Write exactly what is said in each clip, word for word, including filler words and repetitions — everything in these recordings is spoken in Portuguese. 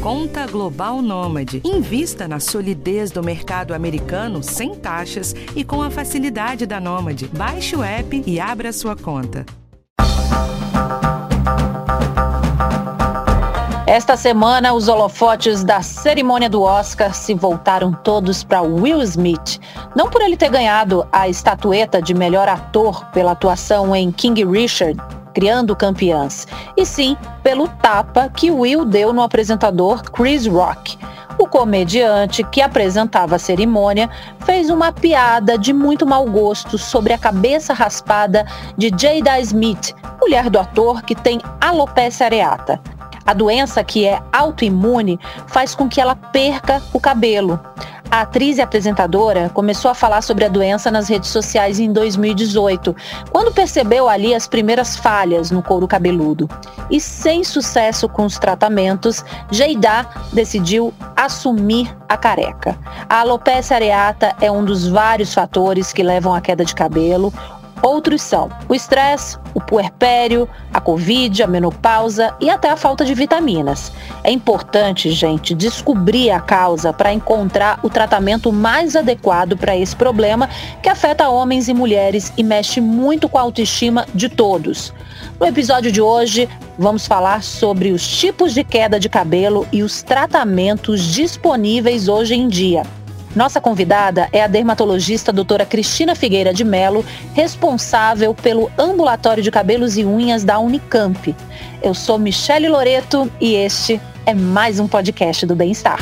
Conta Global Nômade. Invista na solidez do mercado americano sem taxas e com a facilidade da Nômade. Baixe o app e abra sua conta. Esta semana, os holofotes da cerimônia do Oscar se voltaram todos para Will Smith. Não por ele ter ganhado a estatueta de melhor ator pela atuação em King Richard, Criando Campeãs, e sim pelo tapa que Will deu no apresentador Chris Rock. O comediante que apresentava a cerimônia fez uma piada de muito mau gosto sobre a cabeça raspada de Jada Smith, mulher do ator que tem alopecia areata. A doença, que é autoimune, faz com que ela perca o cabelo. A atriz e apresentadora começou a falar sobre a doença nas redes sociais em dois mil e dezoito, quando percebeu ali as primeiras falhas no couro cabeludo. E sem sucesso com os tratamentos, Jada decidiu assumir a careca. A alopecia areata é um dos vários fatores que levam à queda de cabelo. Outros são o estresse, o puerpério, a Covid, a menopausa e até a falta de vitaminas. É importante, gente, descobrir a causa para encontrar o tratamento mais adequado para esse problema que afeta homens e mulheres e mexe muito com a autoestima de todos. No episódio de hoje, vamos falar sobre os tipos de queda de cabelo e os tratamentos disponíveis hoje em dia. Nossa convidada é a dermatologista doutora Cristina Figueira de Mello, responsável pelo Ambulatório de Cabelos e Unhas da Unicamp. Eu sou Michele Loreto e este é mais um podcast do Bem-Estar.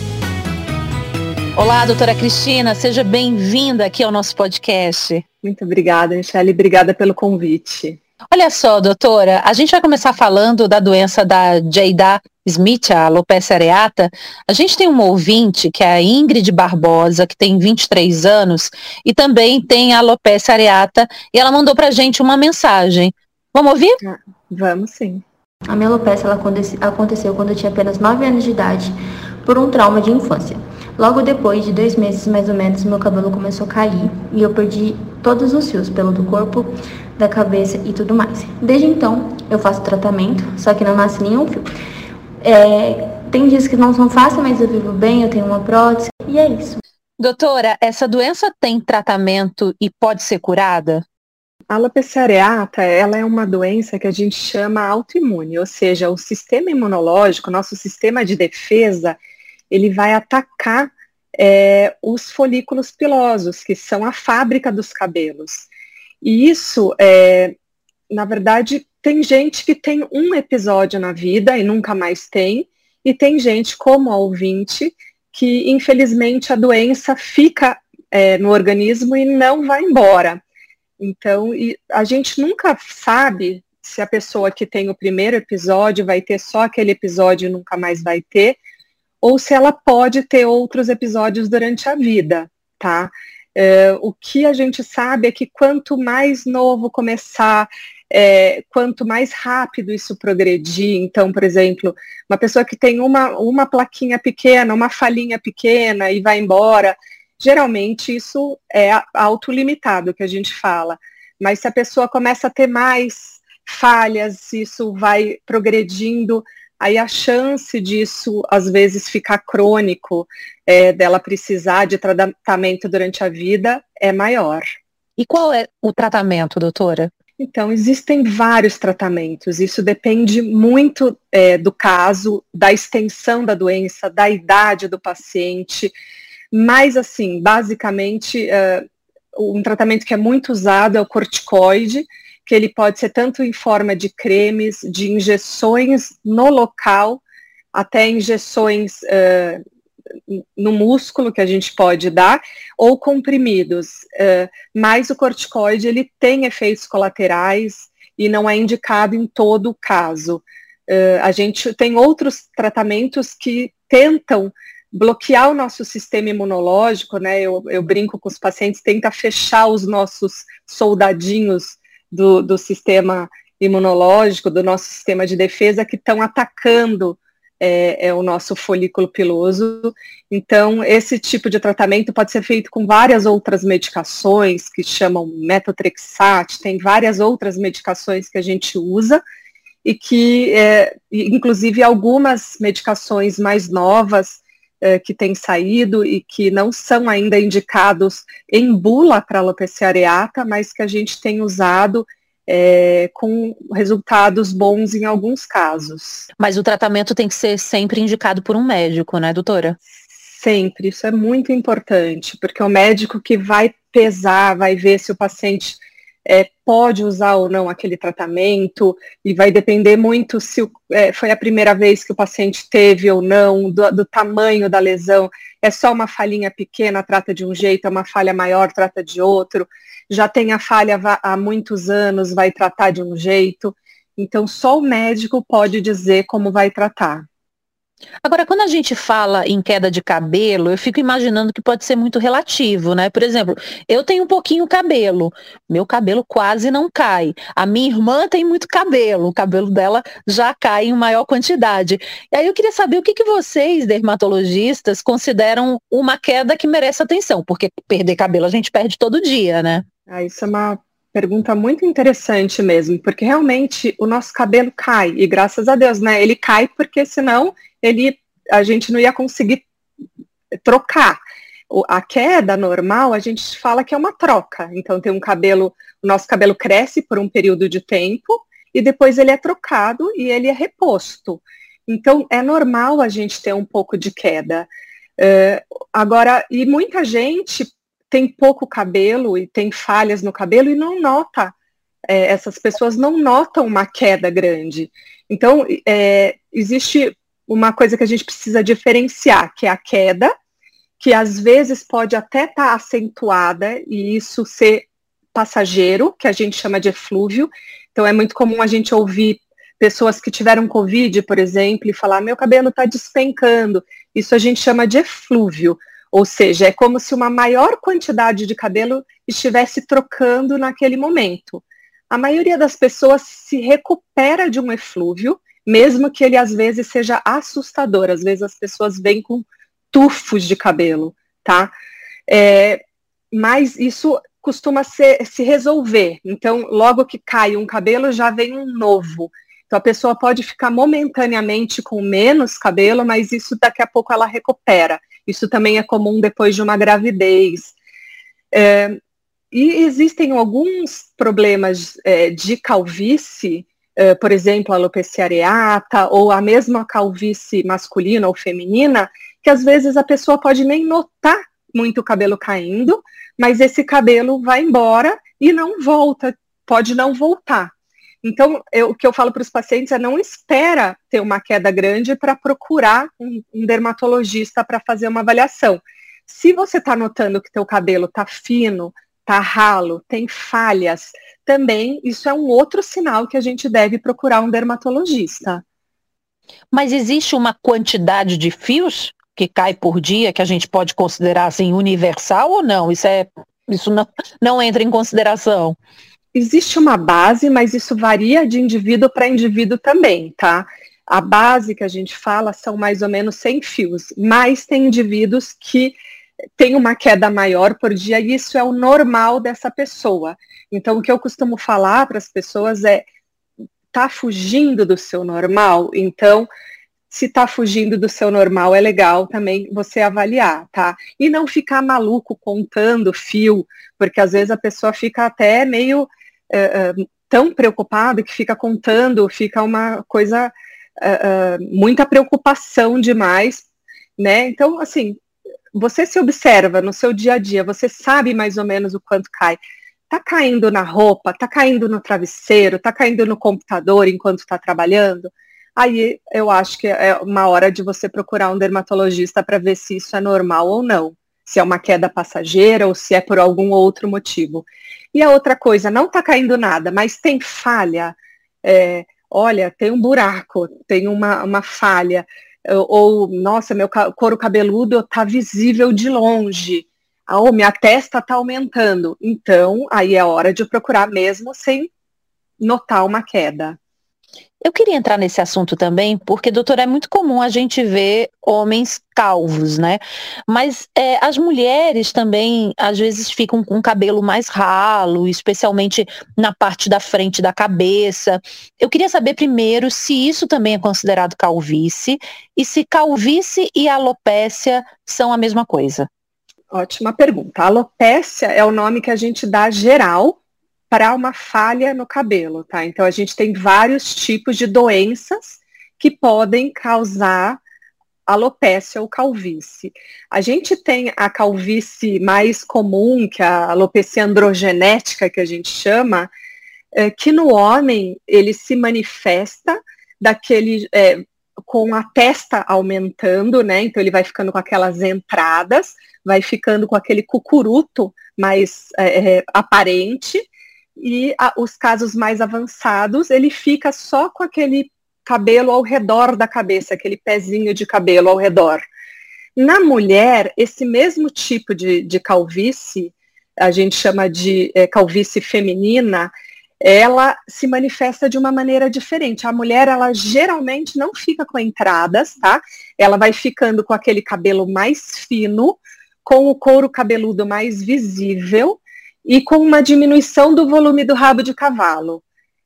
Olá, doutora Cristina, seja bem-vinda aqui ao nosso podcast. Muito obrigada, Michele, obrigada pelo convite. Olha só, doutora, a gente vai começar falando da doença da Jada Smith, a alopecia areata. A gente tem uma ouvinte, que é a Ingrid Barbosa, que tem vinte e três anos, e também tem a alopecia areata, e ela mandou pra gente uma mensagem. Vamos ouvir? Ah, vamos sim. A minha alopecia ela aconteceu quando eu tinha apenas nove anos de idade, por um trauma de infância. Logo depois de dois meses, mais ou menos, meu cabelo começou a cair e eu perdi todos os fios, pelo do corpo, da cabeça e tudo mais. Desde então, eu faço tratamento, só que não nasce nenhum fio. É, tem dias que não são fáceis, mas eu vivo bem, eu tenho uma prótese e é isso. Doutora, essa doença tem tratamento e pode ser curada? A alopecia areata, ela é uma doença que a gente chama autoimune, ou seja, o sistema imunológico, nosso sistema de defesa, ele vai atacar é, os folículos pilosos, que são a fábrica dos cabelos. E isso, é, na verdade, tem gente que tem um episódio na vida e nunca mais tem, e tem gente, como a ouvinte, que infelizmente a doença fica é, no organismo e não vai embora. Então, e a gente nunca sabe se a pessoa que tem o primeiro episódio vai ter só aquele episódio e nunca mais vai ter, ou se ela pode ter outros episódios durante a vida, tá? É, o que a gente sabe é que quanto mais novo começar, é, quanto mais rápido isso progredir, então, por exemplo, uma pessoa que tem uma, uma plaquinha pequena, uma falhinha pequena e vai embora, geralmente isso é autolimitado, que a gente fala, mas se a pessoa começa a ter mais falhas, isso vai progredindo, aí a chance disso, às vezes, ficar crônico, é, dela precisar de tratamento durante a vida, é maior. E qual é o tratamento, doutora? Então, existem vários tratamentos. Isso depende muito é, do caso, da extensão da doença, da idade do paciente. Mas, assim, basicamente, é, um tratamento que é muito usado é o corticoide, que ele pode ser tanto em forma de cremes, de injeções no local, até injeções uh, no músculo que a gente pode dar, ou comprimidos. Uh, mas o corticoide, ele tem efeitos colaterais e não é indicado em todo o caso. Uh, a gente tem outros tratamentos que tentam bloquear o nosso sistema imunológico, né? Eu, eu brinco com os pacientes, tenta fechar os nossos soldadinhos Do, do sistema imunológico, do nosso sistema de defesa, que estão atacando é, é, o nosso folículo piloso. Então, esse tipo de tratamento pode ser feito com várias outras medicações, que chamam metotrexate, tem várias outras medicações que a gente usa, e que, é, inclusive, algumas medicações mais novas é, que têm saído e que não são ainda indicados em bula para alopecia areata, mas que a gente tem usado é, com resultados bons em alguns casos. Mas o tratamento tem que ser sempre indicado por um médico, né, doutora? Sempre, isso é muito importante, porque o médico que vai pesar, vai ver se o paciente é, pode usar ou não aquele tratamento, e vai depender muito se é, foi a primeira vez que o paciente teve ou não, do, do tamanho da lesão. É só uma falhinha pequena, trata de um jeito, é uma falha maior, trata de outro. Já tem a falha há muitos anos, vai tratar de um jeito. Então, só o médico pode dizer como vai tratar. Agora, quando a gente fala em queda de cabelo, eu fico imaginando que pode ser muito relativo, né? Por exemplo, eu tenho um pouquinho cabelo, meu cabelo quase não cai. A minha irmã tem muito cabelo, o cabelo dela já cai em maior quantidade. E aí eu queria saber o que, que vocês, dermatologistas, consideram uma queda que merece atenção, porque perder cabelo a gente perde todo dia, né? Ah, isso é uma pergunta muito interessante mesmo, porque realmente o nosso cabelo cai, e graças a Deus, né? Ele cai porque senão ele, a gente não ia conseguir trocar. O, a queda normal, a gente fala que é uma troca. Então tem um cabelo, o nosso cabelo cresce por um período de tempo e depois ele é trocado e ele é reposto. Então é normal a gente ter um pouco de queda. Uh, agora, e muita gente tem pouco cabelo e tem falhas no cabelo e não nota. É, essas pessoas não notam uma queda grande. Então, é, existe uma coisa que a gente precisa diferenciar, que é a queda, que às vezes pode até estar tá acentuada e isso ser passageiro, que a gente chama de eflúvio. Então, é muito comum a gente ouvir pessoas que tiveram Covid, por exemplo, e falar, meu cabelo está despencando. Isso a gente chama de eflúvio. Ou seja, é como se uma maior quantidade de cabelo estivesse trocando naquele momento. A maioria das pessoas se recupera de um eflúvio, mesmo que ele às vezes seja assustador. Às vezes as pessoas vêm com tufos de cabelo, tá? É, mas isso costuma ser, se resolver. Então, logo que cai um cabelo, já vem um novo. Então, a pessoa pode ficar momentaneamente com menos cabelo, mas isso daqui a pouco ela recupera. Isso também é comum depois de uma gravidez. É, e existem alguns problemas é, de calvície, é, por exemplo, a alopecia areata, ou a mesma calvície masculina ou feminina, que às vezes a pessoa pode nem notar muito o cabelo caindo, mas esse cabelo vai embora e não volta, pode não voltar. Então, eu, o que eu falo para os pacientes é não espera ter uma queda grande para procurar um, um dermatologista para fazer uma avaliação. Se você está notando que teu cabelo está fino, está ralo, tem falhas, também isso é um outro sinal que a gente deve procurar um dermatologista. Mas existe uma quantidade de fios que cai por dia que a gente pode considerar assim universal ou não? Isso, é, isso não, não entra em consideração? Existe uma base, mas isso varia de indivíduo para indivíduo também, tá? A base que a gente fala são mais ou menos cem fios, mas tem indivíduos que têm uma queda maior por dia e isso é o normal dessa pessoa. Então, o que eu costumo falar para as pessoas é, tá fugindo do seu normal? Então, se tá fugindo do seu normal, é legal também você avaliar, tá? E não ficar maluco contando fio, porque às vezes a pessoa fica até meio uh, uh, tão preocupada que fica contando, fica uma coisa, uh, uh, muita preocupação demais, né? Então, assim, você se observa no seu dia a dia, você sabe mais ou menos o quanto cai. Tá caindo na roupa, tá caindo no travesseiro, tá caindo no computador enquanto tá trabalhando? Aí eu acho que é uma hora de você procurar um dermatologista para ver se isso é normal ou não. Se é uma queda passageira ou se é por algum outro motivo. E a outra coisa, não está caindo nada, mas tem falha. É, olha, tem um buraco, tem uma, uma falha. Ou, nossa, meu couro cabeludo está visível de longe. Ou minha testa está aumentando. Então, aí é hora de procurar mesmo sem notar uma queda. Eu queria entrar nesse assunto também, porque, doutora, é muito comum a gente ver homens calvos, né? Mas é, as mulheres também, às vezes, ficam com o cabelo mais ralo, especialmente na parte da frente da cabeça. Eu queria saber primeiro se isso também é considerado calvície e se calvície e alopécia são a mesma coisa. Ótima pergunta. A alopécia é o nome que a gente dá geral para uma falha no cabelo, tá? Então, a gente tem vários tipos de doenças que podem causar alopécia ou calvície. A gente tem a calvície mais comum, que é a alopecia androgenética, que a gente chama, é, que no homem ele se manifesta daquele, é, com a testa aumentando, né? Então, ele vai ficando com aquelas entradas, vai ficando com aquele cucuruto mais é, aparente, e a, os casos mais avançados, ele fica só com aquele cabelo ao redor da cabeça, aquele pezinho de cabelo ao redor. Na mulher, esse mesmo tipo de, de calvície, a gente chama de é, calvície feminina, ela se manifesta de uma maneira diferente. A mulher, ela geralmente não fica com entradas, tá? Ela vai ficando com aquele cabelo mais fino, com o couro cabeludo mais visível, e com uma diminuição do volume do rabo de cavalo.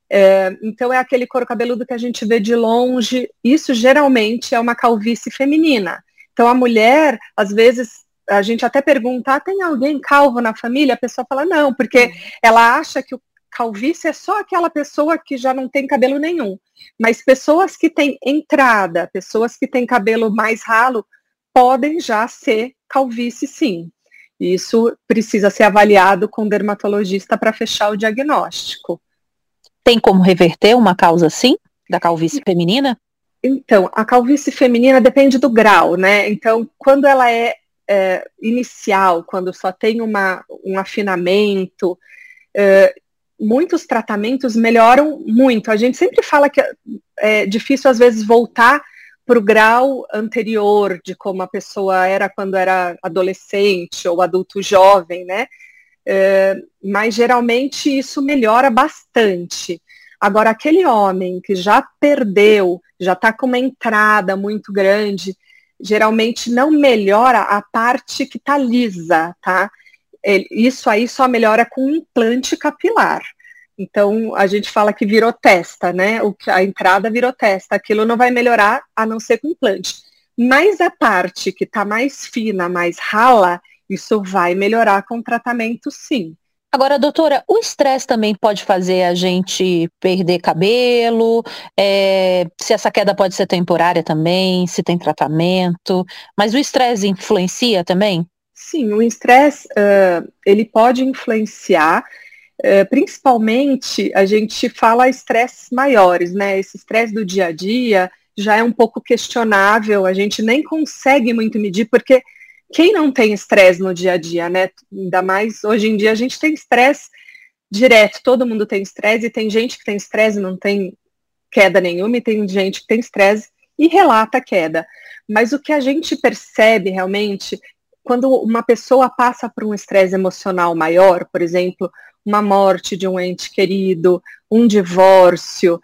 É, então é aquele couro cabeludo que a gente vê de longe, isso geralmente é uma calvície feminina. Então a mulher, às vezes, a gente até pergunta, ah, tem alguém calvo na família? A pessoa fala não, porque ela acha que o calvície é só aquela pessoa que já não tem cabelo nenhum. Mas pessoas que têm entrada, pessoas que têm cabelo mais ralo, podem já ser calvície sim. Isso precisa ser avaliado com o dermatologista para fechar o diagnóstico. Tem como reverter uma causa assim, da calvície feminina? Então, a calvície feminina depende do grau, né? Então, quando ela é, é inicial, quando só tem uma, um afinamento, é, muitos tratamentos melhoram muito. A gente sempre fala que é difícil, às vezes, voltar para o grau anterior de como a pessoa era quando era adolescente ou adulto jovem, né? É, mas geralmente isso melhora bastante. Agora, aquele homem que já perdeu, já está com uma entrada muito grande, geralmente não melhora a parte que está lisa, tá? Isso aí só melhora com implante capilar. Então, a gente fala que virou testa, né? O, a entrada virou testa. Aquilo não vai melhorar a não ser com implante. Mas a parte que está mais fina, mais rala, isso vai melhorar com tratamento, sim. Agora, doutora, o estresse também pode fazer a gente perder cabelo? É, se essa queda pode ser temporária também, se tem tratamento. Mas o estresse influencia também? Sim, o estresse, uh, ele pode influenciar. Uh, principalmente, a gente fala estresses maiores, né? Esse estresse do dia a dia já é um pouco questionável, a gente nem consegue muito medir, porque quem não tem estresse no dia a dia, né? Ainda mais hoje em dia a gente tem estresse direto, todo mundo tem estresse, e tem gente que tem estresse e não tem queda nenhuma, e tem gente que tem estresse e relata queda. Mas o que a gente percebe realmente, quando uma pessoa passa por um estresse emocional maior, por exemplo, uma morte de um ente querido, um divórcio,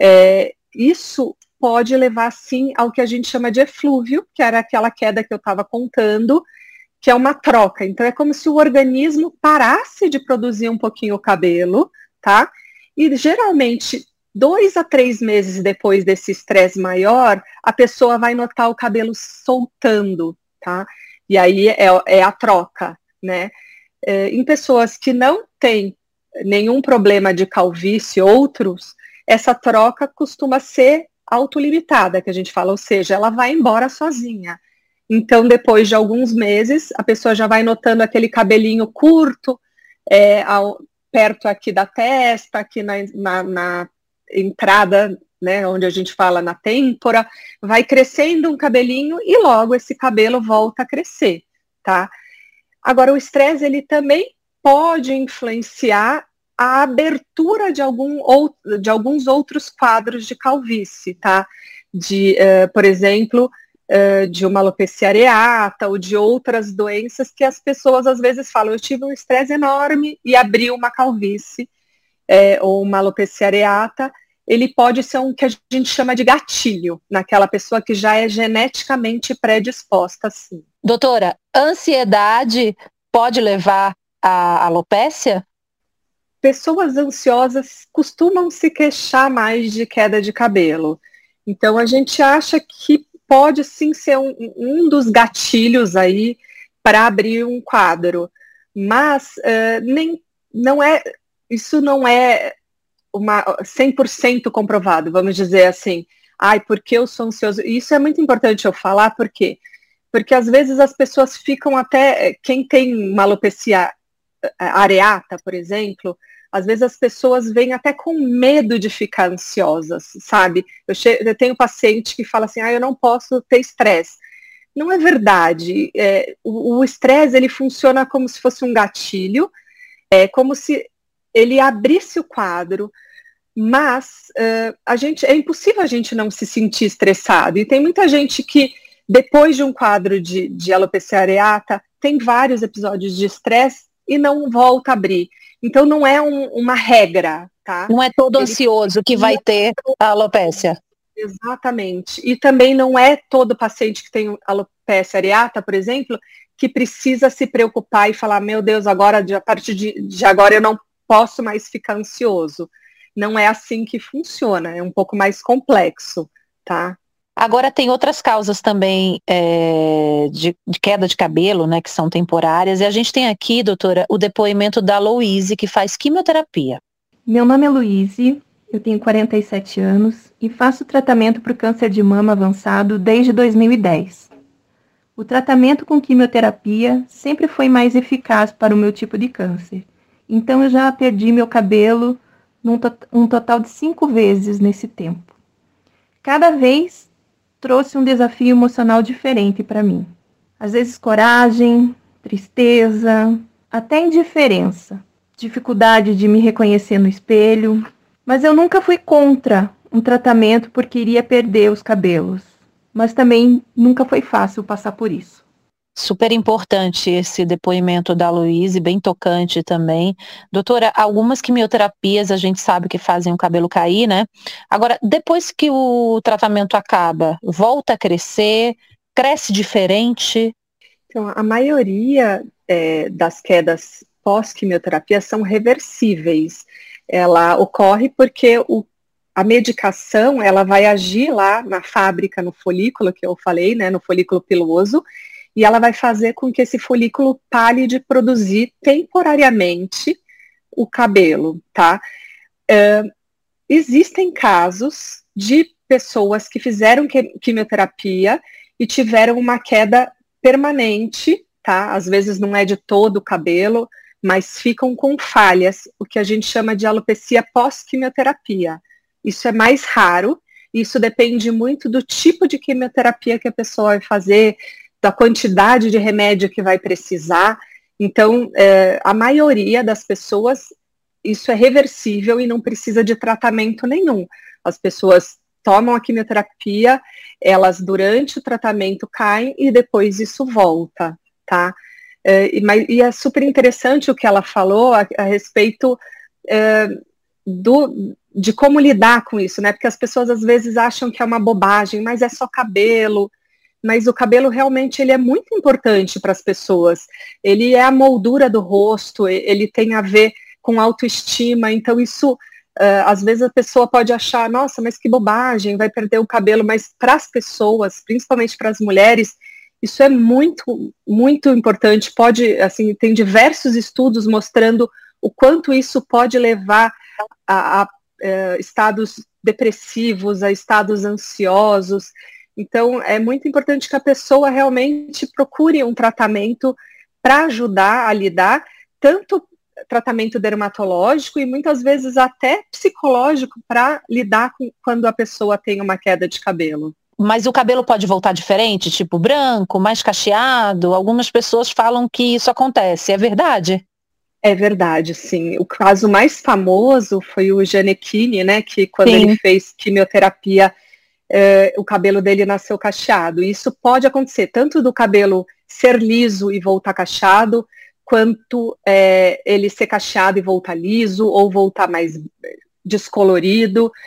é, isso pode levar, sim, ao que a gente chama de eflúvio, que era aquela queda que eu estava contando, que é uma troca. Então, é como se o organismo parasse de produzir um pouquinho o cabelo, tá? E, geralmente, dois a três meses depois desse estresse maior, a pessoa vai notar o cabelo soltando, tá? E aí é, é a troca, né? É, em pessoas que não têm nenhum problema de calvície, outros, essa troca costuma ser autolimitada, que a gente fala, ou seja, ela vai embora sozinha. Então, depois de alguns meses, a pessoa já vai notando aquele cabelinho curto, é, ao, perto aqui da testa, aqui na, na, na entrada, né, onde a gente fala na têmpora, vai crescendo um cabelinho e logo esse cabelo volta a crescer, tá? Agora, o estresse, ele também pode influenciar a abertura de, algum ou, de alguns outros quadros de calvície, tá? De, uh, por exemplo, uh, de uma alopecia areata ou de outras doenças que as pessoas às vezes falam, eu tive um estresse enorme e abriu uma calvície, é, ou uma alopecia areata, ele pode ser um que a gente chama de gatilho, naquela pessoa que já é geneticamente predisposta, sim. Doutora, ansiedade pode levar à alopécia? Pessoas ansiosas costumam se queixar mais de queda de cabelo. Então, a gente acha que pode sim ser um, um dos gatilhos aí para abrir um quadro. Mas uh, nem, não é, isso não é uma, cem por cento comprovado, vamos dizer assim. Ai, porque eu sou ansioso? Isso é muito importante eu falar, por quê? Porque às vezes as pessoas ficam até, quem tem uma alopecia areata, por exemplo, às vezes as pessoas vêm até com medo de ficar ansiosas, sabe? Eu, che- eu tenho paciente que fala assim, ah, eu não posso ter estresse. Não é verdade. É, o estresse, ele funciona como se fosse um gatilho, é como se ele abrisse o quadro, mas uh, a gente, é impossível a gente não se sentir estressado. E tem muita gente que, depois de um quadro de, de alopecia areata, tem vários episódios de estresse e não volta a abrir. Então, não é um, uma regra, tá? Não é todo Ele, ansioso que vai ter a alopécia. Exatamente. E também não é todo paciente que tem alopecia areata, por exemplo, que precisa se preocupar e falar, meu Deus, agora, a partir de, de agora eu não posso mais ficar ansioso. Não é assim que funciona, é um pouco mais complexo, tá? Agora tem outras causas também é, de, de queda de cabelo, né, que são temporárias. E a gente tem aqui, doutora, o depoimento da Louise, que faz quimioterapia. Meu nome é Louise, eu tenho quarenta e sete anos e faço tratamento para o câncer de mama avançado desde dois mil e dez. O tratamento com quimioterapia sempre foi mais eficaz para o meu tipo de câncer. Então eu já perdi meu cabelo num to- um total de cinco vezes nesse tempo. Cada vez trouxe um desafio emocional diferente para mim. Às vezes coragem, tristeza, até indiferença, dificuldade de me reconhecer no espelho, mas eu nunca fui contra um tratamento porque iria perder os cabelos, mas também nunca foi fácil passar por isso. Super importante esse depoimento da Louise, bem tocante também. Doutora, algumas quimioterapias a gente sabe que fazem o cabelo cair, né? Agora, depois que o tratamento acaba, volta a crescer, cresce diferente? Então, a maioria é, das quedas pós-quimioterapia são reversíveis. Ela ocorre porque o, a medicação, ela vai agir lá na fábrica, no folículo, que eu falei, né, no folículo piloso, e ela vai fazer com que esse folículo pare de produzir temporariamente o cabelo, tá? Uh, existem casos de pessoas que fizeram quimioterapia e tiveram uma queda permanente, tá? Às vezes não é de todo o cabelo, mas ficam com falhas, o que a gente chama de alopecia pós-quimioterapia. Isso é mais raro, isso depende muito do tipo de quimioterapia que a pessoa vai fazer, da quantidade de remédio que vai precisar. Então, é, a maioria das pessoas, isso é reversível e não precisa de tratamento nenhum. As pessoas tomam a quimioterapia, elas durante o tratamento caem e depois isso volta, tá? É, e, mas, e é super interessante o que ela falou a, a respeito é, do, de como lidar com isso, né? Porque as pessoas às vezes acham que é uma bobagem, mas é só cabelo. Mas o cabelo realmente ele é muito importante para as pessoas. Ele é a moldura do rosto, ele tem a ver com autoestima, então isso, uh, às vezes a pessoa pode achar, nossa, mas que bobagem, vai perder o cabelo, mas para as pessoas, principalmente para as mulheres, isso é muito, muito importante. Pode, assim, tem diversos estudos mostrando o quanto isso pode levar a, a, a estados depressivos, a estados ansiosos. Então, é muito importante que a pessoa realmente procure um tratamento para ajudar a lidar, tanto tratamento dermatológico e muitas vezes até psicológico para lidar com quando a pessoa tem uma queda de cabelo. Mas o cabelo pode voltar diferente, tipo branco, mais cacheado? Algumas pessoas falam que isso acontece, é verdade? É verdade, sim. O caso mais famoso foi o Gianecchini, né, que quando Sim. ele fez quimioterapia, Uh, o cabelo dele nasceu cacheado. E isso pode acontecer tanto do cabelo ser liso e voltar cacheado, quanto é, ele ser cacheado e voltar liso, ou voltar mais descolorido.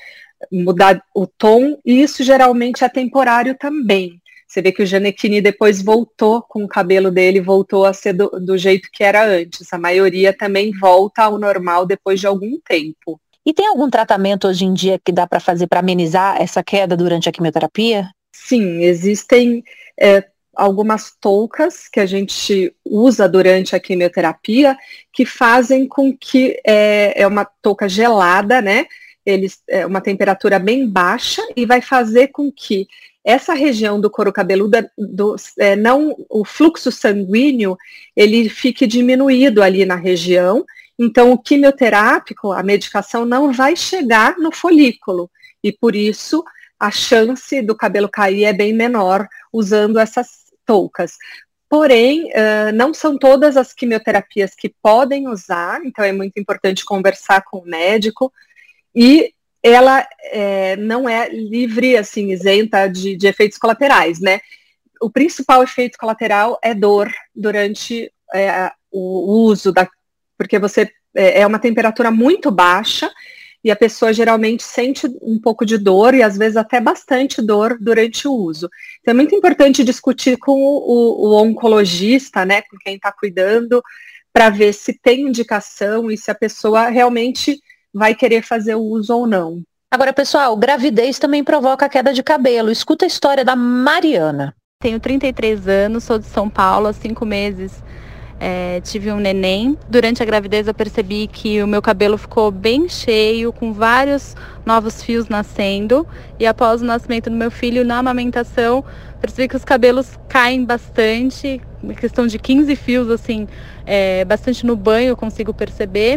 mudar o tom, e isso geralmente é temporário também. Você vê que o Gianecchini depois voltou com o cabelo dele, voltou a ser do, do jeito que era antes. A maioria também volta ao normal depois de algum tempo. E tem algum tratamento hoje em dia que dá para fazer para amenizar essa queda durante a quimioterapia? Sim, existem é, algumas toucas que a gente usa durante a quimioterapia que fazem com que, é, é uma touca gelada, né? Eles, é uma temperatura bem baixa e vai fazer com que essa região do couro cabeludo, do, é, não, o fluxo sanguíneo, ele fique diminuído ali na região. Então, o quimioterápico, a medicação não vai chegar no folículo. E por isso, a chance do cabelo cair é bem menor usando essas toucas. Porém, uh, não são todas as quimioterapias que podem usar, então é muito importante conversar com o médico. E ela é, não é livre, assim, isenta de, de efeitos colaterais, né? O principal efeito colateral é dor durante é, o uso, da, porque você é, é uma temperatura muito baixa e a pessoa geralmente sente um pouco de dor e às vezes até bastante dor durante o uso. Então é muito importante discutir com o, o oncologista, né, com quem está cuidando, para ver se tem indicação e se a pessoa realmente vai querer fazer o uso ou não. Agora, pessoal, gravidez também provoca queda de cabelo. Escuta a história da Mariana. Tenho trinta e três anos, sou de São Paulo, há cinco meses é, tive um neném. Durante a gravidez eu percebi que o meu cabelo ficou bem cheio, com vários novos fios nascendo. E após o nascimento do meu filho, na amamentação, percebi que os cabelos caem bastante, uma questão de quinze fios, assim, é, bastante no banho eu consigo perceber.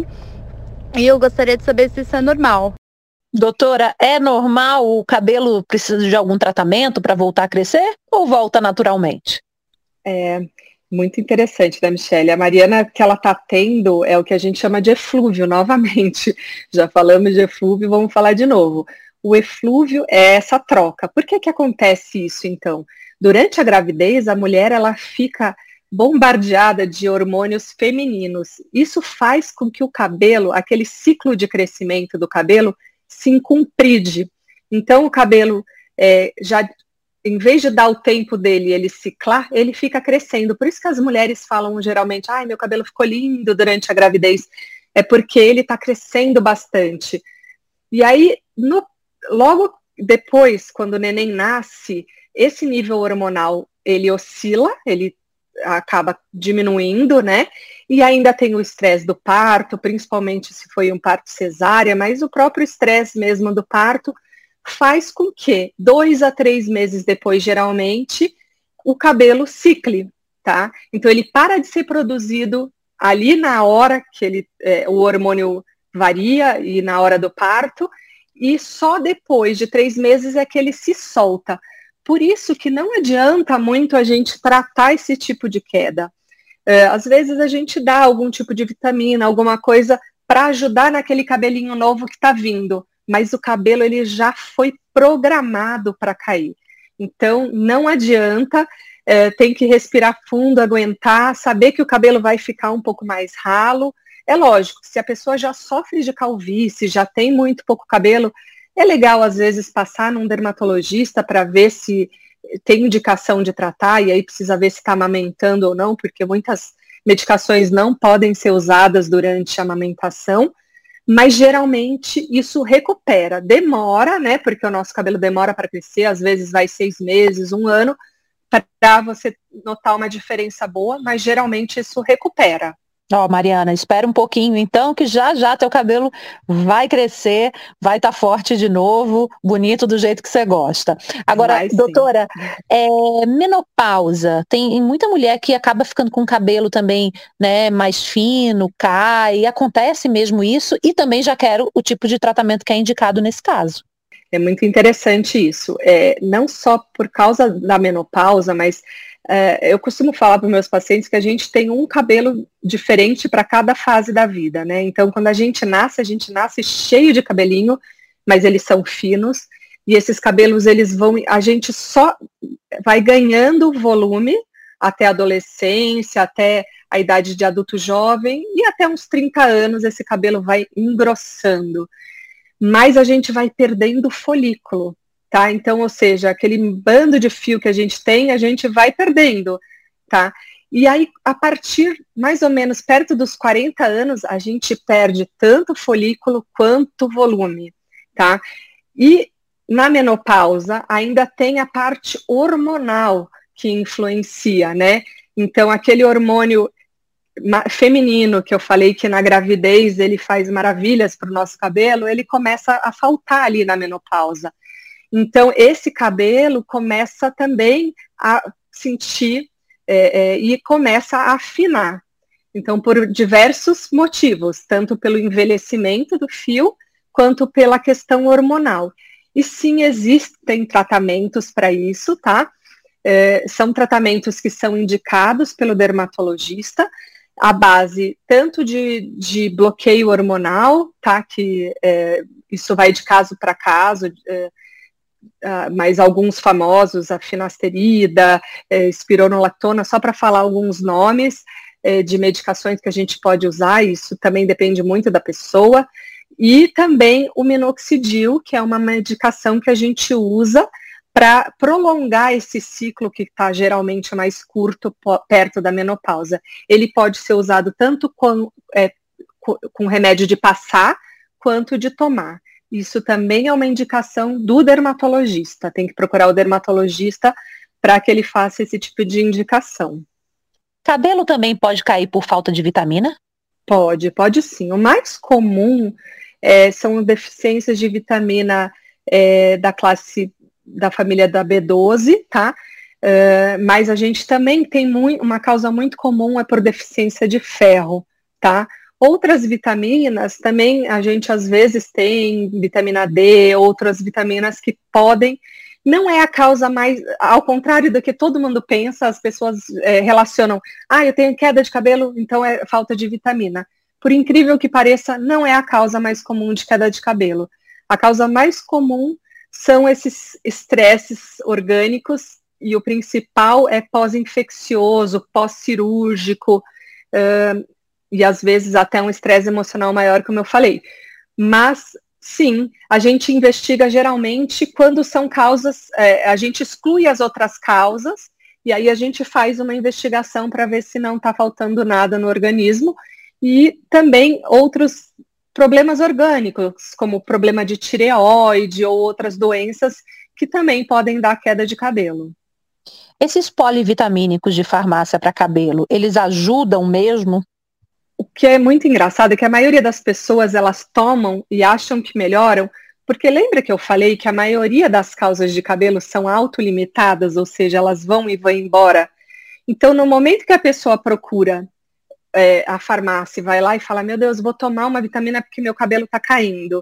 E eu gostaria de saber se isso é normal. Doutora, é normal o cabelo precisa de algum tratamento para voltar a crescer ou volta naturalmente? É muito interessante, né, Michele? A Mariana, que ela está tendo é o que a gente chama de eflúvio, novamente. Já falamos de eflúvio, vamos falar de novo. O eflúvio é essa troca. Por que que acontece isso, então? Durante a gravidez, a mulher ela fica bombardeada de hormônios femininos. Isso faz com que o cabelo, aquele ciclo de crescimento do cabelo, se incompride. Então o cabelo, é, já, em vez de dar o tempo dele ele ciclar, ele fica crescendo. Por isso que as mulheres falam geralmente, ai, meu cabelo ficou lindo durante a gravidez. É porque ele está crescendo bastante. E aí, no, logo depois, quando o neném nasce, esse nível hormonal, ele oscila, ele acaba diminuindo, né? E ainda tem o estresse do parto, principalmente se foi um parto cesárea, mas o próprio estresse mesmo do parto faz com que dois a três meses depois, geralmente, o cabelo cicle, tá? Então ele para de ser produzido ali na hora que ele, é, o hormônio varia e na hora do parto, e só depois de três meses é que ele se solta. Por isso que não adianta muito a gente tratar esse tipo de queda. É, às vezes a gente dá algum tipo de vitamina, alguma coisa para ajudar naquele cabelinho novo que está vindo, mas o cabelo ele já foi programado para cair. Então não adianta, é, tem que respirar fundo, aguentar, saber que o cabelo vai ficar um pouco mais ralo. É lógico, se a pessoa já sofre de calvície, já tem muito pouco cabelo, é legal, às vezes, passar num dermatologista para ver se tem indicação de tratar, e aí precisa ver se está amamentando ou não, porque muitas medicações não podem ser usadas durante a amamentação, mas geralmente isso recupera. Demora, né, porque o nosso cabelo demora para crescer, às vezes vai seis meses, um ano, para você notar uma diferença boa, mas geralmente isso recupera. Ó, oh, Mariana, espera um pouquinho então, que já já teu cabelo vai crescer, vai estar tá forte de novo, bonito do jeito que você gosta. Agora, vai, doutora, é, menopausa, tem muita mulher que acaba ficando com o cabelo também, né, mais fino, cai, acontece mesmo isso, e também já quero o tipo de tratamento que é indicado nesse caso. É muito interessante isso, é, não só por causa da menopausa, mas é, eu costumo falar para os meus pacientes que a gente tem um cabelo diferente para cada fase da vida, né? Então, quando a gente nasce, a gente nasce cheio de cabelinho, mas eles são finos, e esses cabelos, eles vão, a gente só vai ganhando volume até a adolescência, até a idade de adulto jovem, e até uns trinta anos esse cabelo vai engrossando. mais a gente vai perdendo folículo, tá? Então, ou seja, aquele bando de fio que a gente tem, a gente vai perdendo, tá? E aí, a partir mais ou menos perto dos quarenta anos, a gente perde tanto folículo quanto volume, tá? E na menopausa ainda tem a parte hormonal que influencia, né? Então, aquele hormônio feminino que eu falei que na gravidez ele faz maravilhas para o nosso cabelo, ele começa a faltar ali na menopausa. Então, esse cabelo começa também a sentir é, é, e começa a afinar. Então, por diversos motivos, tanto pelo envelhecimento do fio, quanto pela questão hormonal. E sim, existem tratamentos para isso, tá? É, são tratamentos que são indicados pelo dermatologista, à base tanto de, de bloqueio hormonal, tá? Que é, isso vai de caso para caso, é, Uh, mas alguns famosos, a finasterida, eh, espironolactona, só para falar alguns nomes eh, de medicações que a gente pode usar, isso também depende muito da pessoa, e também o minoxidil, que é uma medicação que a gente usa para prolongar esse ciclo que está geralmente mais curto perto da menopausa. Ele pode ser usado tanto com, é, com remédio de passar, quanto de tomar. Isso também é uma indicação do dermatologista. Tem que procurar o dermatologista para que ele faça esse tipo de indicação. Cabelo também pode cair por falta de vitamina? Pode, pode sim. O mais comum é, são deficiências de vitamina é, da classe da família da B doze, tá? Uh, mas a gente também tem muito, uma causa muito comum é por deficiência de ferro, tá? Outras vitaminas também a gente às vezes tem vitamina D, outras vitaminas que podem, não é a causa mais, ao contrário do que todo mundo pensa, as pessoas é, relacionam, ah, eu tenho queda de cabelo, então é falta de vitamina. Por incrível que pareça, não é a causa mais comum de queda de cabelo. A causa mais comum são esses estresses orgânicos e o principal é pós-infeccioso, pós-cirúrgico, uh, e às vezes até um estresse emocional maior, como eu falei. Mas, sim, a gente investiga geralmente quando são causas, é, a gente exclui as outras causas, e aí a gente faz uma investigação para ver se não está faltando nada no organismo, e também outros problemas orgânicos, como problema de tireoide ou outras doenças que também podem dar queda de cabelo. Esses polivitamínicos de farmácia para cabelo, eles ajudam mesmo? O que é muito engraçado é que a maioria das pessoas, elas tomam e acham que melhoram, porque lembra que eu falei que a maioria das causas de cabelo são autolimitadas, ou seja, elas vão e vão embora. Então, no momento que a pessoa procura é, a farmácia, vai lá e fala, meu Deus, vou tomar uma vitamina porque meu cabelo está caindo.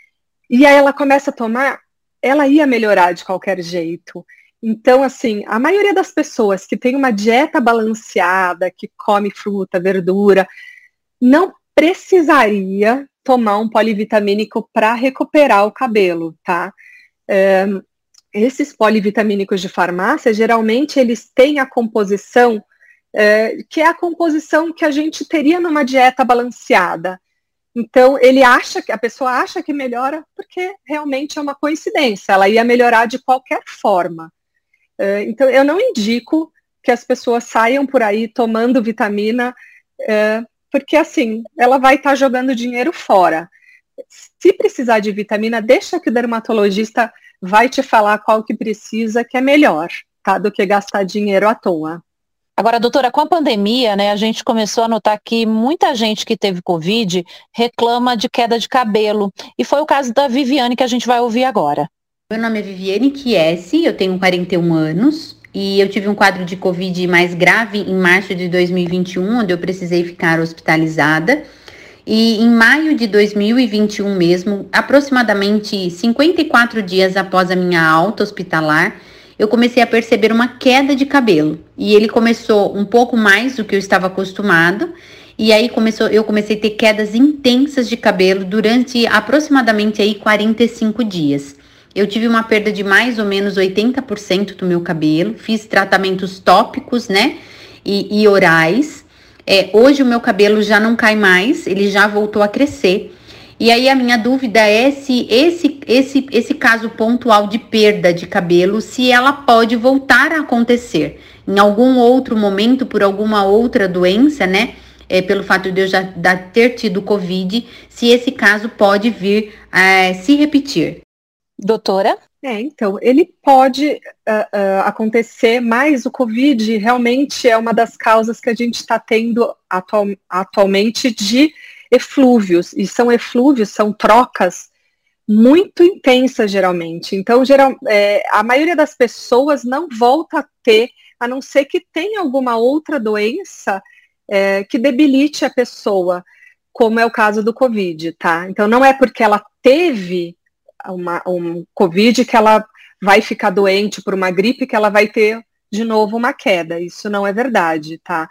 E aí ela começa a tomar, ela ia melhorar de qualquer jeito. Então, assim, a maioria das pessoas que tem uma dieta balanceada, que come fruta, verdura, não precisaria tomar um polivitamínico para recuperar o cabelo, tá? É, esses polivitamínicos de farmácia, geralmente eles têm a composição, é, que é a composição que a gente teria numa dieta balanceada. Então, ele acha que, a pessoa acha que melhora porque realmente é uma coincidência, ela ia melhorar de qualquer forma. É, então, eu não indico que as pessoas saiam por aí tomando vitamina, é, porque assim, ela vai estar tá jogando dinheiro fora. Se precisar de vitamina, deixa que o dermatologista vai te falar qual que precisa, que é melhor, tá? Do que gastar dinheiro à toa. Agora, doutora, com a pandemia, né, a gente começou a notar que muita gente que teve Covid reclama de queda de cabelo. E foi o caso da Viviane que a gente vai ouvir agora. Meu nome é Viviane Chiesi, eu tenho quarenta e um anos. E eu tive um quadro de Covid mais grave em março de dois mil e vinte e um, onde eu precisei ficar hospitalizada. E em maio de dois mil e vinte e um mesmo, aproximadamente cinquenta e quatro dias após a minha alta hospitalar, eu comecei a perceber uma queda de cabelo. E ele começou um pouco mais do que eu estava acostumado. E aí começou, eu comecei a ter quedas intensas de cabelo durante aproximadamente aí quarenta e cinco dias. Eu tive uma perda de mais ou menos oitenta por cento do meu cabelo, fiz tratamentos tópicos, né, e, e orais. É, hoje o meu cabelo já não cai mais, ele já voltou a crescer. E aí a minha dúvida é se esse, esse, esse caso pontual de perda de cabelo, se ela pode voltar a acontecer em algum outro momento, por alguma outra doença, né? É, pelo fato de eu já ter tido Covid, se esse caso pode vir a se repetir. Doutora? É, então, ele pode uh, uh, acontecer, mas o Covid realmente é uma das causas que a gente está tendo atual, atualmente de eflúvios, e são eflúvios, são trocas muito intensas geralmente. Então, geral, é, a maioria das pessoas não volta a ter, a não ser que tenha alguma outra doença é, que debilite a pessoa, como é o caso do Covid, tá? Então, não é porque ela teve uma, um Covid que ela vai ficar doente por uma gripe que ela vai ter de novo uma queda. Isso não é verdade, tá?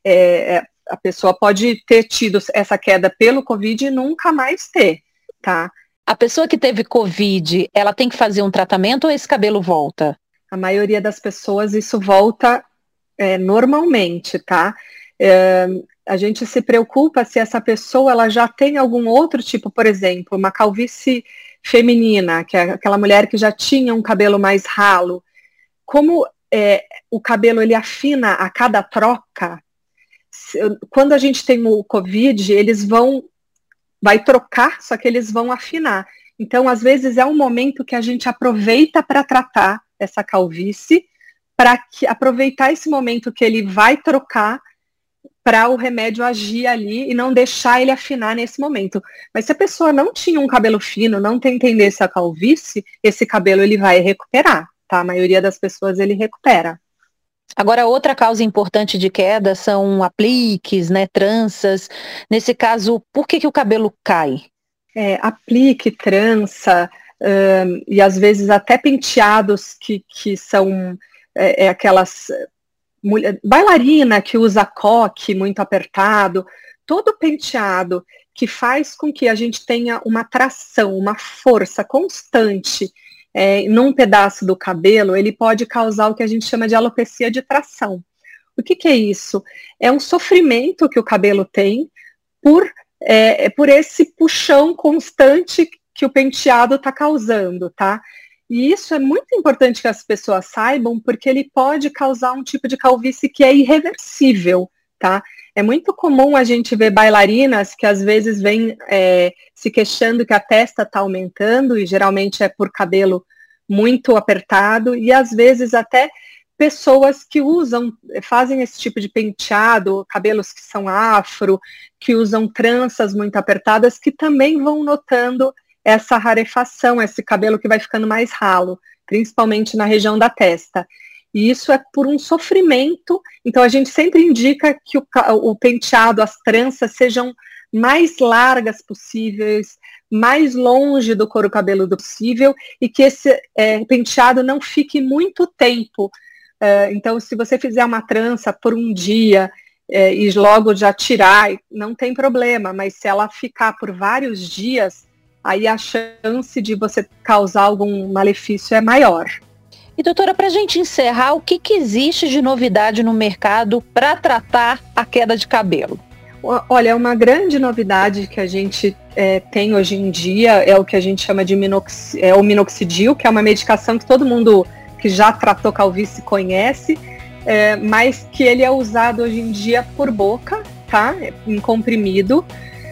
É, é, a pessoa pode ter tido essa queda pelo Covid e nunca mais ter, tá? A pessoa que teve Covid, ela tem que fazer um tratamento ou esse cabelo volta? A maioria das pessoas isso volta é, normalmente, tá? É, a gente se preocupa se essa pessoa ela já tem algum outro tipo, por exemplo, uma calvície feminina, que é aquela mulher que já tinha um cabelo mais ralo. Como é, o cabelo ele afina a cada troca, quando a gente tem o Covid, eles vão, vai trocar, só que eles vão afinar. Então, às vezes, é um momento que a gente aproveita para tratar essa calvície, para aproveitar esse momento que ele vai trocar para o remédio agir ali e não deixar ele afinar nesse momento. Mas se a pessoa não tinha um cabelo fino, não tem tendência à calvície, esse cabelo ele vai recuperar, tá? A maioria das pessoas ele recupera. Agora, outra causa importante de queda são apliques, né, tranças. Nesse caso, por que que o cabelo cai? É, aplique, trança, um, e às vezes até penteados que, que são é, é aquelas... Mulher, bailarina que usa coque muito apertado, todo penteado que faz com que a gente tenha uma tração, uma força constante é, num pedaço do cabelo, ele pode causar o que a gente chama de alopecia de tração. O que que é isso? É um sofrimento que o cabelo tem por, é, por esse puxão constante que o penteado está causando, tá? E isso é muito importante que as pessoas saibam, porque ele pode causar um tipo de calvície que é irreversível, tá? É muito comum a gente ver bailarinas que às vezes vêm é, se queixando que a testa está aumentando, e geralmente é por cabelo muito apertado, e às vezes até pessoas que usam, fazem esse tipo de penteado, cabelos que são afro, que usam tranças muito apertadas, que também vão notando essa rarefação, esse cabelo que vai ficando mais ralo, principalmente na região da testa. E isso é por um sofrimento, então a gente sempre indica que o, o penteado, as tranças sejam mais largas possíveis, mais longe do couro cabeludo possível, e que esse é, penteado não fique muito tempo. É, então, se você fizer uma trança por um dia é, e logo já tirar, não tem problema, mas se ela ficar por vários dias, aí a chance de você causar algum malefício é maior. E doutora, para a gente encerrar, o que, que existe de novidade no mercado para tratar a queda de cabelo? Olha, uma grande novidade que a gente é, tem hoje em dia é o que a gente chama de minox, é, o minoxidil, que é uma medicação que todo mundo que já tratou calvície conhece, é, mas que ele é usado hoje em dia por boca, tá? Em comprimido.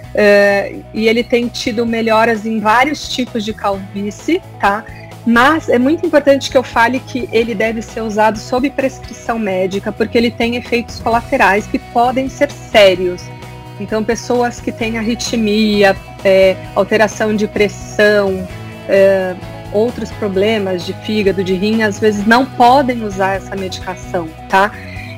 Uh, e ele tem tido melhoras em vários tipos de calvície, tá? Mas é muito importante que eu fale que ele deve ser usado sob prescrição médica, porque ele tem efeitos colaterais que podem ser sérios. Então, pessoas que têm arritmia, é, alteração de pressão, é, outros problemas de fígado, de rim, às vezes não podem usar essa medicação, tá?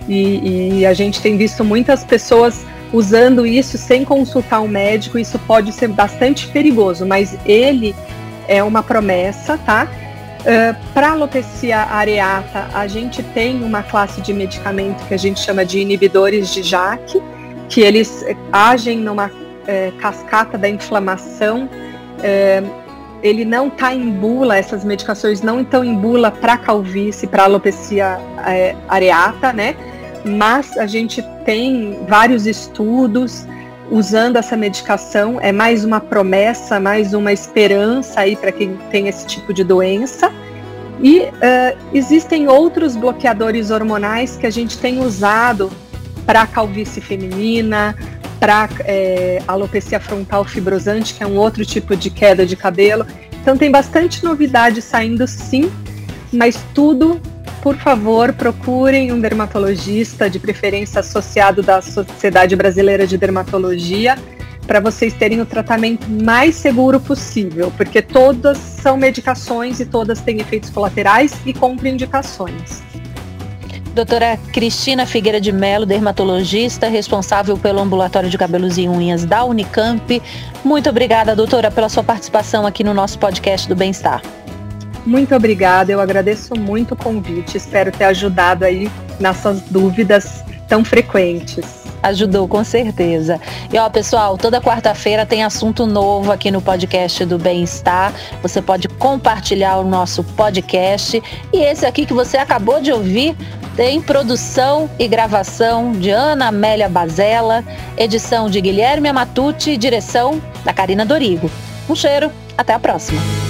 E, e a gente tem visto muitas pessoas usando isso sem consultar um médico. Isso pode ser bastante perigoso, mas ele é uma promessa, tá? Uh, para alopecia areata, a gente tem uma classe de medicamento que a gente chama de inibidores de J A K, que eles agem numa eh, cascata da inflamação. Eh, ele não está em bula, essas medicações não estão em bula para calvície, para alopecia eh, areata, né? Mas a gente tem vários estudos usando essa medicação. É mais uma promessa, mais uma esperança aí para quem tem esse tipo de doença. E uh, existem outros bloqueadores hormonais que a gente tem usado para calvície feminina, para é, alopecia frontal fibrosante, que é um outro tipo de queda de cabelo. Então tem bastante novidade saindo, sim, mas tudo, por favor, procurem um dermatologista, de preferência associado da Sociedade Brasileira de Dermatologia, para vocês terem o tratamento mais seguro possível, porque todas são medicações e todas têm efeitos colaterais e contraindicações. Doutora Cristina Figueira de Mello, dermatologista, responsável pelo Ambulatório de Cabelos e Unhas da Unicamp. Muito obrigada, doutora, pela sua participação aqui no nosso podcast do Bem-Estar. Muito obrigada, eu agradeço muito o convite, espero ter ajudado aí nessas dúvidas tão frequentes. Ajudou, com certeza. E ó, pessoal, toda quarta-feira tem assunto novo aqui no podcast do Bem-Estar. Você pode compartilhar o nosso podcast. E esse aqui que você acabou de ouvir tem produção e gravação de Ana Amélia Bazella, edição de Guilherme Amatucci e direção da Karina Dorigo. Um cheiro, até a próxima.